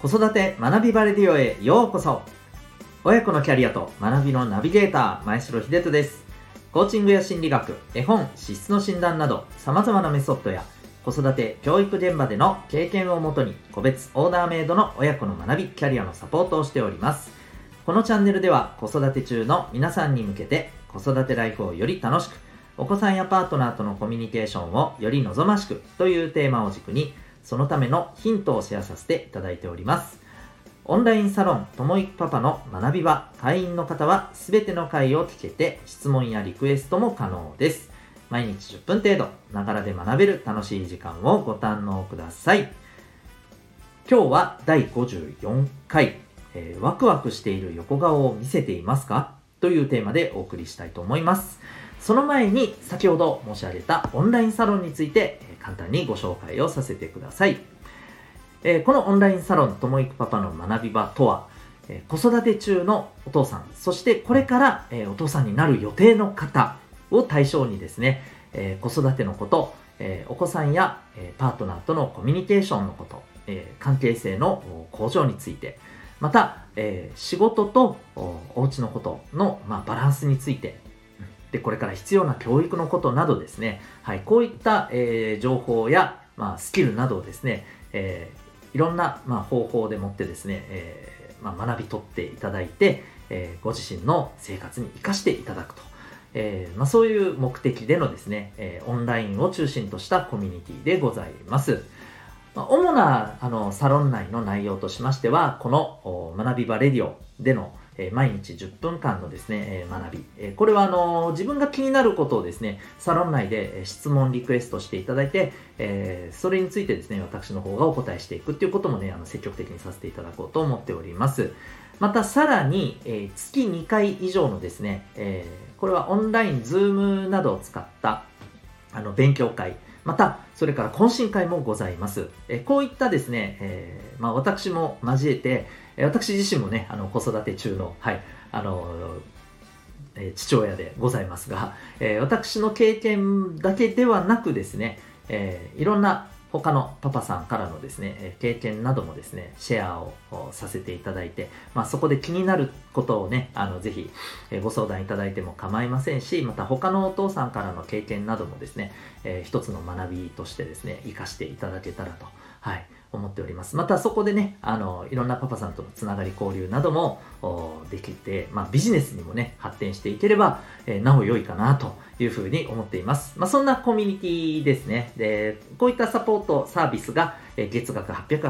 子育て学びバレディオへようこそ。親子のキャリアと学びのナビゲーター前城秀人です。コーチングや心理学、絵本、資質の診断など様々なメソッドや子育て教育現場での経験をもとに個別オーダーメイドの親子の学びキャリアのサポートをしております。このチャンネルでは子育て中の皆さんに向けて子育てライフをより楽しく、お子さんやパートナーとのコミュニケーションをより望ましくというテーマを軸に、そのためのヒントをシェアさせていただいております。オンラインサロンともいくパパの学び場、会員の方はすべての回を聞けて質問やリクエストも可能です。毎日10分程度、ながらで学べる楽しい時間をご堪能ください。今日は第54回、ワクワクしている横顔を見せていますかというテーマでお送りしたいと思います。その前に先ほど申し上げたオンラインサロンについて簡単にご紹介をさせてください。このオンラインサロンともいくパパの学び場とは、子育て中のお父さん、そしてこれからお父さんになる予定の方を対象にですね、子育てのこと、お子さんやパートナーとのコミュニケーションのこと、関係性の向上について、また、仕事とお家のことの、バランスについて、でこれから必要な教育のことなどですね、こういった、情報や、スキルなどをですね、いろんな、方法でもってですね、学び取っていただいて、ご自身の生活に生かしていただくと、そういう目的でのですね、オンラインを中心としたコミュニティでございます。主なサロン内の内容としましては、この学び場レディオでの毎日10分間のですね、学び。これは自分が気になることをですね、サロン内で質問、リクエストしていただいて、それについてですね、私の方がお答えしていくっていうこともね、積極的にさせていただこうと思っております。またさらに、月2回以上のですね、これはオンライン、ズームなどを使った勉強会、また、それから懇親会もございます。こういったですね、私も交えて、私自身もね、子育て中の、父親でございますが、私の経験だけではなくですね、いろんな他のパパさんからのですね、経験などもですね、シェアをさせていただいて、そこで気になることをね、ぜひご相談いただいても構いませんし、また他のお父さんからの経験などもですね、一つの学びとしてですね、活かしていただけたらと、思っております。またそこでね、いろんなパパさんとのつながり交流などもできて、ビジネスにもね、発展していければ、なお良いかなというふうに思っています。そんなコミュニティですね。で、こういったサポートサービスが月額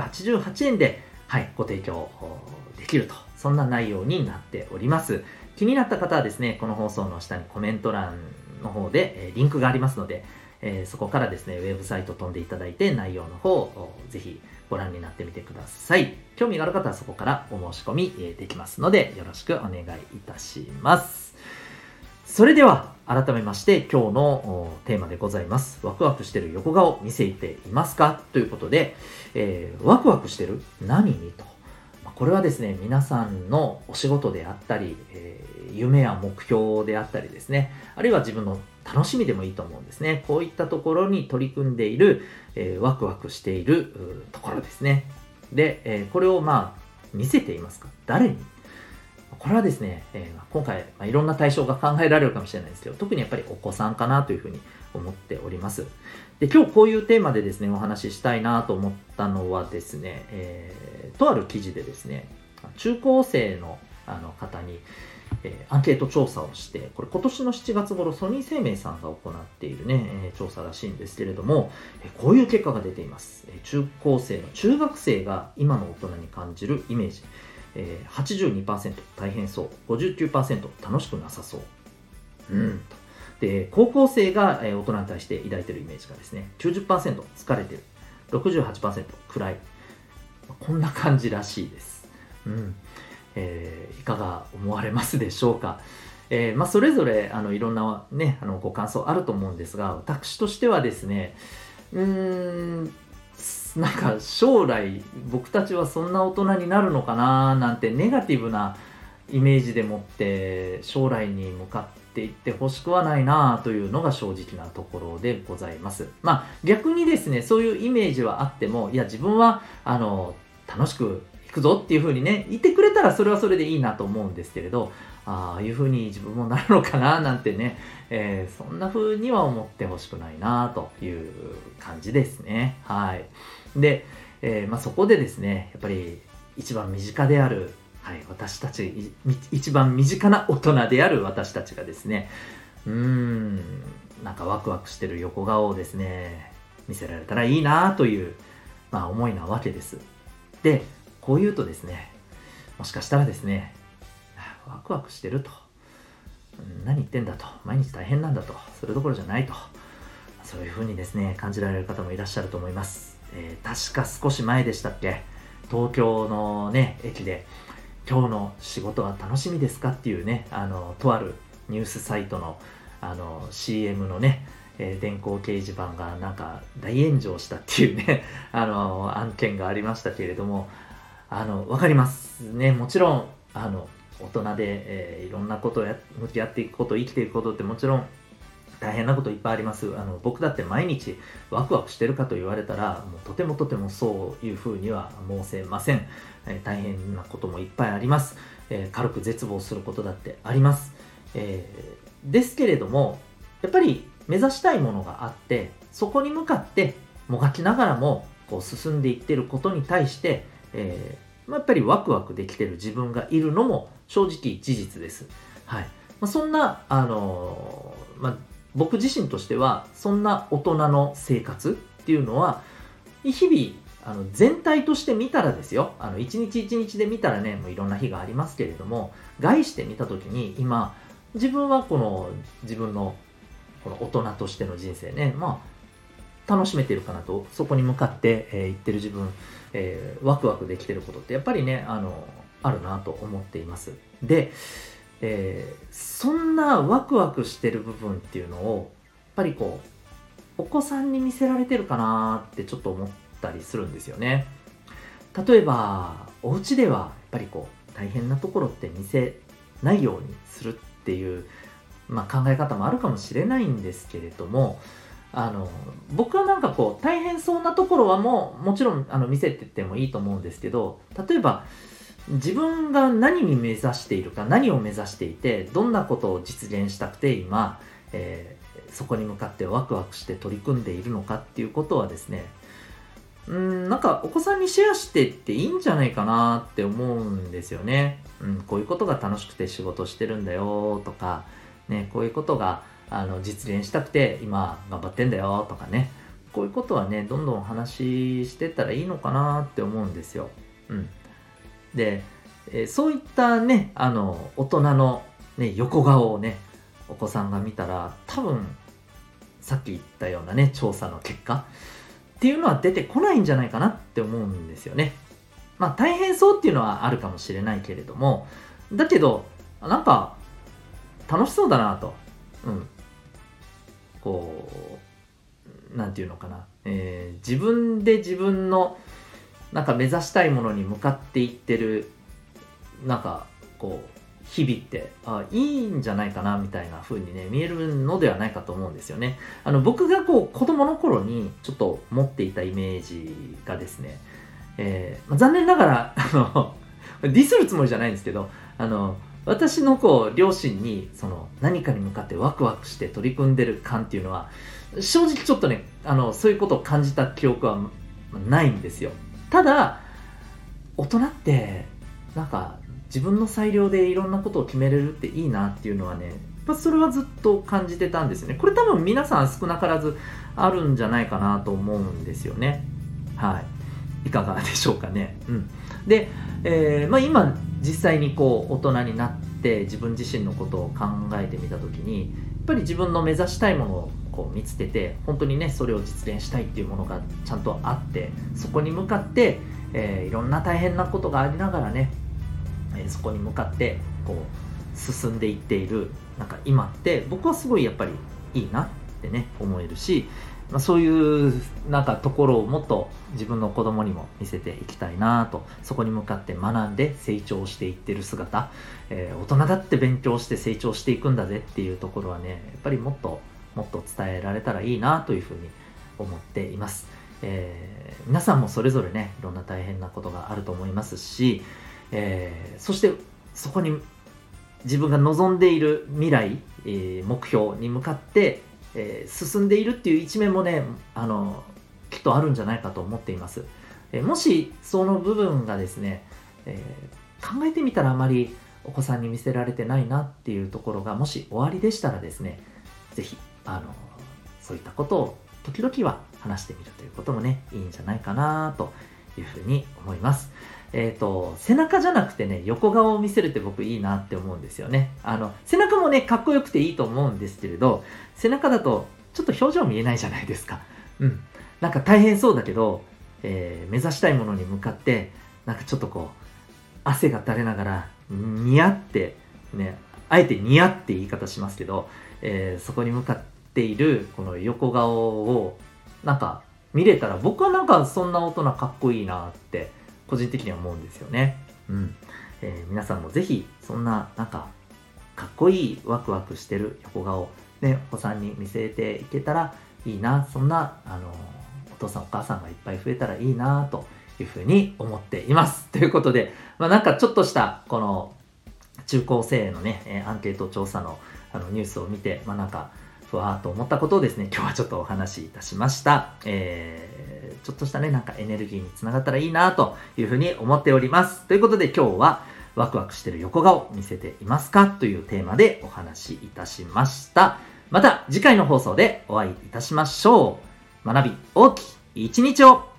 888円で、ご提供できると、そんな内容になっております。気になった方はですね、この放送の下にコメント欄の方でリンクがありますので、そこからですね、ウェブサイト飛んでいただいて内容の方をぜひご覧になってみてください。興味がある方はそこからお申し込みできますので、よろしくお願いいたします。それでは改めまして今日のテーマでございます。ワクワクしてる横顔見せていますかということで、ワクワクしてる何にと。これはですね、皆さんのお仕事であったり、夢や目標であったりですね、あるいは自分の楽しみでもいいと思うんですね。こういったところに取り組んでいる、ワクワクしているところですね。で、これを見せていますか？誰に？これはですね、今回、いろんな対象が考えられるかもしれないですけど、特にやっぱりお子さんかなというふうに思っております。で、今日こういうテーマでですね、お話ししたいなと思ったのはですね、とある記事でですね、中高生の方に、アンケート調査をして、これ今年の7月頃ソニー生命さんが行っているね、調査らしいんですけれども、こういう結果が出ています。中高生の中学生が今の大人に感じるイメージ、82% 大変そう、59% 楽しくなさそう。で、高校生が大人に対して抱いているイメージがですね、90% 疲れてる、68% 暗い。こんな感じらしいです。いかが思われますでしょうか。それぞれいろんなね、ご感想あると思うんですが、私としてはですね、なんか将来僕たちはそんな大人になるのかななんてネガティブなイメージでもって将来に向かっていってほしくはないなというのが正直なところでございます。逆にですね、そういうイメージはあっても、いや自分は楽しくくぞっていう風にね、言ってくれたらそれはそれでいいなと思うんですけれど、ああいう風に自分もなるのかななんてね、そんな風には思ってほしくないなという感じですね。はい。で、そこでですね、やっぱり一番身近である、はい、私たち、一番身近な大人である私たちがですね、なんかワクワクしてる横顔をですね、見せられたらいいなという、思いなわけです。で、こう言うとですね、もしかしたらですね、ワクワクしてると、何言ってんだと、毎日大変なんだと、それどころじゃないと、そういうふうにですね、感じられる方もいらっしゃると思います。確か少し前でしたっけ、東京のね、駅で、今日の仕事は楽しみですかっていうね、とあるニュースサイトの、CM のね、電光掲示板がなんか大炎上したっていうね、案件がありましたけれども、わかりますね。もちろん、大人で、いろんなことを向き合っていくこと、生きていくことってもちろん大変なこといっぱいあります。僕だって毎日ワクワクしてるかと言われたら、もうとてもとてもそういうふうには申せません。大変なこともいっぱいあります。軽く絶望することだってあります。ですけれども、やっぱり目指したいものがあって、そこに向かってもがきながらもこう進んでいっていることに対して、やっぱりワクワクできてる自分がいるのも正直事実です。はい。そんな、僕自身としては、そんな大人の生活っていうのは、日々、全体として見たらですよ、一日一日で見たらね、もういろんな日がありますけれども、概して見たときに、今、自分は自分のこの大人としての人生ね、楽しめてるかなと、そこに向かって、行ってる自分、ワクワクできてることってやっぱりね、あるなと思っています。で、そんなワクワクしてる部分っていうのを、やっぱりお子さんに見せられてるかなってちょっと思ったりするんですよね。例えば、お家ではやっぱり大変なところって見せないようにするっていう、考え方もあるかもしれないんですけれども、僕はなんか大変そうなところはもちろん見せてってもいいと思うんですけど、例えば自分が何に目指しているか、何を目指していて、どんなことを実現したくて今、そこに向かってワクワクして取り組んでいるのかっていうことはですね、なんかお子さんにシェアしてっていいんじゃないかなって思うんですよね。こういうことが楽しくて仕事してるんだよとか、ね、こういうことが実現したくて今頑張ってんだよとかね、こういうことはね、どんどん話してったらいいのかなって思うんですよ。で、そういったね、大人のね、横顔をね、お子さんが見たら、多分、さっき言ったようなね、調査の結果っていうのは出てこないんじゃないかなって思うんですよね。大変そうっていうのはあるかもしれないけれども、だけど、なんか、楽しそうだなと。なんていうのかな。自分で自分の、なんか目指したいものに向かっていってる、なんか、日々って、いいんじゃないかな、みたいな風にね、見えるのではないかと思うんですよね。僕が子供の頃にちょっと持っていたイメージがですね、残念ながら、ディスるつもりじゃないんですけど、私の両親に、何かに向かってワクワクして取り組んでる感っていうのは、正直ちょっとね、そういうことを感じた記憶はないんですよ。ただ、大人って、なんか、自分の裁量でいろんなことを決めれるっていいなっていうのはね、やっぱそれはずっと感じてたんですよね。これ多分皆さん少なからずあるんじゃないかなと思うんですよね。はい。いかがでしょうかね。で、今実際に大人になって自分自身のことを考えてみたときに、やっぱり自分の目指したいものを見つけて、本当にね、それを実現したいっていうものがちゃんとあって、そこに向かって、いろんな大変なことがありながらね、そこに向かって進んでいっているなんか今って僕はすごいやっぱりいいなってね思えるし、そういうなんかところをもっと自分の子供にも見せていきたいなと、そこに向かって学んで成長していってる姿、大人だって勉強して成長していくんだぜっていうところはね、やっぱりもっと伝えられたらいいなというふうに思っています。 皆さんもそれぞれね、いろんな大変なことがあると思いますし、そしてそこに自分が望んでいる未来、目標に向かって、進んでいるっていう一面もね、きっとあるんじゃないかと思っています。もしその部分がですね、考えてみたらあまりお子さんに見せられてないなっていうところがもしおありでしたらですね、ぜひそういったことを時々は話してみるということもね、いいんじゃないかなというふうに思います。背中じゃなくてね、横顔を見せるって僕いいなって思うんですよね。背中もね、かっこよくていいと思うんですけれど、背中だとちょっと表情見えないじゃないですか。うん。なんか大変そうだけど、目指したいものに向かって、なんかちょっとこう、汗が垂れながら、ニヤって、ね、あえてニヤって言い方しますけど、そこに向かっているこの横顔を、なんか見れたら、僕はなんかそんな大人かっこいいなって、個人的には思うんですよね。うん。皆さんもぜひ、そんな、なんか、かっこいいワクワクしてる横顔、ね、お子さんに見せていけたらいいな、そんな、お父さんお母さんがいっぱい増えたらいいな、というふうに思っています。ということで、なんかちょっとした、この、中高生のね、アンケート調査のニュースを見て、なんか、ふわーっと思ったことをですね、今日はちょっとお話しいたしました。ちょっとしたね、なんかエネルギーにつながったらいいなというふうに思っております。ということで今日はワクワクしてる横顔見せていますかというテーマでお話しいたしました。また次回の放送でお会いいたしましょう。学び大きい一日を。